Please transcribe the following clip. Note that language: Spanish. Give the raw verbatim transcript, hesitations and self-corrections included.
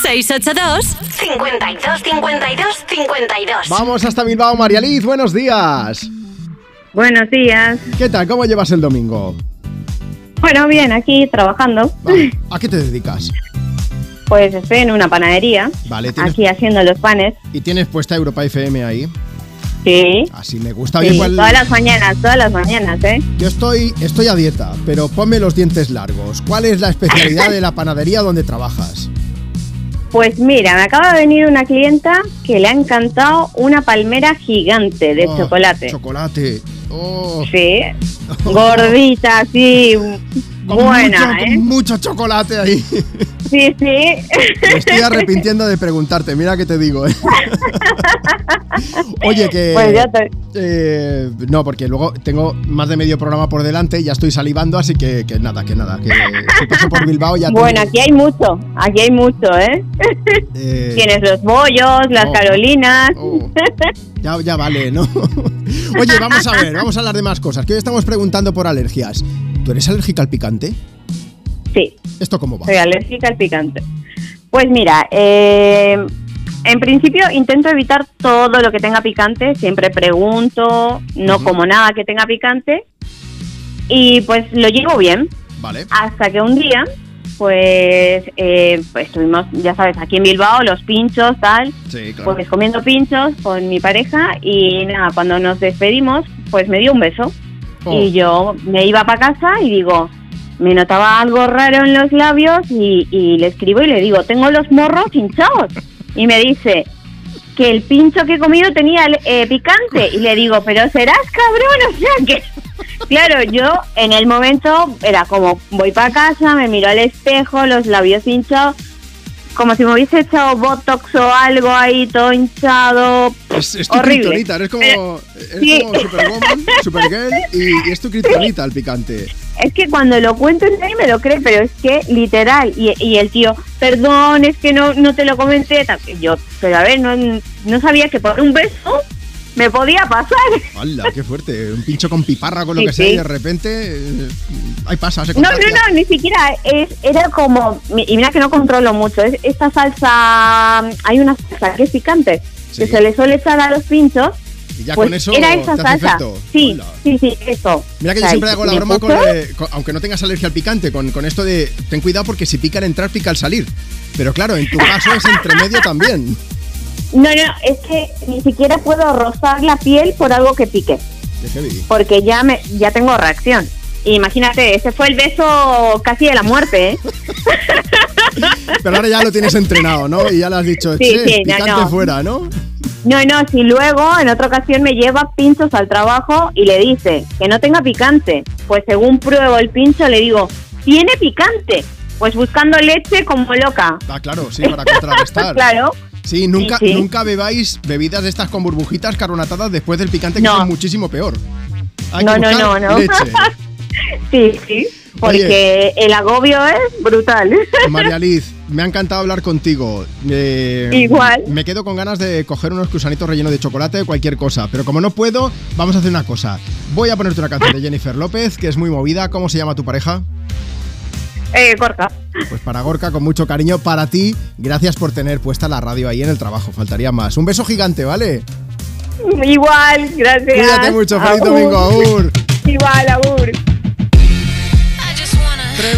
seis ocho dos, cincuenta y dos, cincuenta y dos, cincuenta y dos. Vamos hasta Bilbao, María Liz, buenos días. Buenos días. ¿Qué tal? ¿Cómo llevas el domingo? Bueno, bien, aquí trabajando. Vale. ¿A qué te dedicas? Pues estoy en una panadería, vale, ¿tienes... aquí haciendo los panes. ¿Y tienes puesta Europa F M ahí? Sí. Así me gusta. Sí, Oye, ¿cuál... todas las mañanas, todas las mañanas, ¿eh? Yo estoy, estoy a dieta, pero ponme los dientes largos. ¿Cuál es la especialidad de la panadería donde trabajas? Pues mira, me acaba de venir una clienta que le ha encantado una palmera gigante de oh, chocolate. Chocolate. Oh. Sí, gordita, así, con buena, mucho, ¿eh? Con mucho chocolate ahí. Sí, sí. Me estoy arrepintiendo de preguntarte, mira que te digo, ¿eh? Oye, que... Pues ya te... Eh, no, porque luego tengo más de medio programa por delante, ya estoy salivando, así que, que nada, que nada, que si paso por Bilbao ya... Bueno, tengo... aquí hay mucho, aquí hay mucho, ¿eh? eh... Tienes los bollos, las oh, carolinas... Oh. Ya, ya vale, ¿no? Oye, vamos a ver, vamos a hablar de más cosas, que hoy estamos preguntando por alergias. ¿Tú eres alérgica al picante? Sí. ¿Esto cómo va? Soy alérgica al picante. Pues mira, eh, en principio intento evitar todo lo que tenga picante, siempre pregunto, no uh-huh. como nada que tenga picante, y pues lo llevo bien. Vale. Hasta que un día, pues, eh, pues estuvimos, ya sabes, aquí en Bilbao, los pinchos, tal, sí, claro. Pues comiendo pinchos con mi pareja, y nada, cuando nos despedimos, pues me dio un beso. Oh. Y yo me iba para casa y digo... Me notaba algo raro en los labios y, y le escribo y le digo, tengo los morros hinchados. Y me dice que el pincho que he comido tenía eh, picante. Y le digo, pero serás cabrón, o sea que... Claro, yo en el momento era como, voy para casa, me miro al espejo, los labios hinchados, como si me hubiese echado botox o algo ahí, todo hinchado. Es, es tu horrible. Kriptonita, eres como, Pero, eres sí. como Superwoman, Supergirl, y, y es tu kriptonita el picante. Es que cuando lo cuento nadie me lo cree, pero es que literal, y, y el tío, perdón, es que no no te lo comenté, yo, pero a ver, no, no sabía que por un beso me podía pasar. ¡Hala, qué fuerte! Un pincho con piparra, con lo sí, que sí. sea, y de repente, eh, ahí pasa, se No, contagia. no, no, ni siquiera, es, era como, y mira que no controlo mucho, es esta salsa, hay una salsa que es picante, sí. que se le suele echar a los pinchos. Y ya pues con eso era esa te salsa. Efecto. Sí, Hola. sí, sí, eso. Mira que yo siempre hago la broma con, eh, con, aunque no tengas alergia al picante, con, con esto de ten cuidado porque si pica al entrar, pica al salir. Pero claro, en tu caso es entre medio también. No, no, es que ni siquiera puedo rozar la piel por algo que pique. Porque ya me ya tengo reacción. Imagínate, ese fue el beso casi de la muerte, ¿eh? Pero ahora ya lo tienes entrenado, ¿no? Y ya le has dicho, sí, che, sí, picante no, no. fuera, ¿no? No, no, si luego en otra ocasión me lleva pinchos al trabajo y le dice que no tenga picante, pues según pruebo el pincho le digo, ¿tiene picante? Pues buscando leche como loca. Ah, claro, sí, para contrarrestar. Claro. Sí, nunca, sí, sí. nunca bebáis bebidas de estas con burbujitas carbonatadas después del picante, que no. es muchísimo peor. Hay no, que no, no, no, leche. Sí, sí, porque Oye, el agobio es brutal. María Liz, me ha encantado hablar contigo. Eh, Igual. Me quedo con ganas de coger unos cruzanitos rellenos de chocolate o cualquier cosa, pero como no puedo, vamos a hacer una cosa. Voy a ponerte una canción de Jennifer López, que es muy movida. ¿Cómo se llama tu pareja? Eh, Gorka. Pues para Gorka, con mucho cariño para ti. Gracias por tener puesta la radio ahí en el trabajo, faltaría más. Un beso gigante, ¿vale? Igual, gracias. Cuídate mucho, feliz domingo, agur. Igual, agur.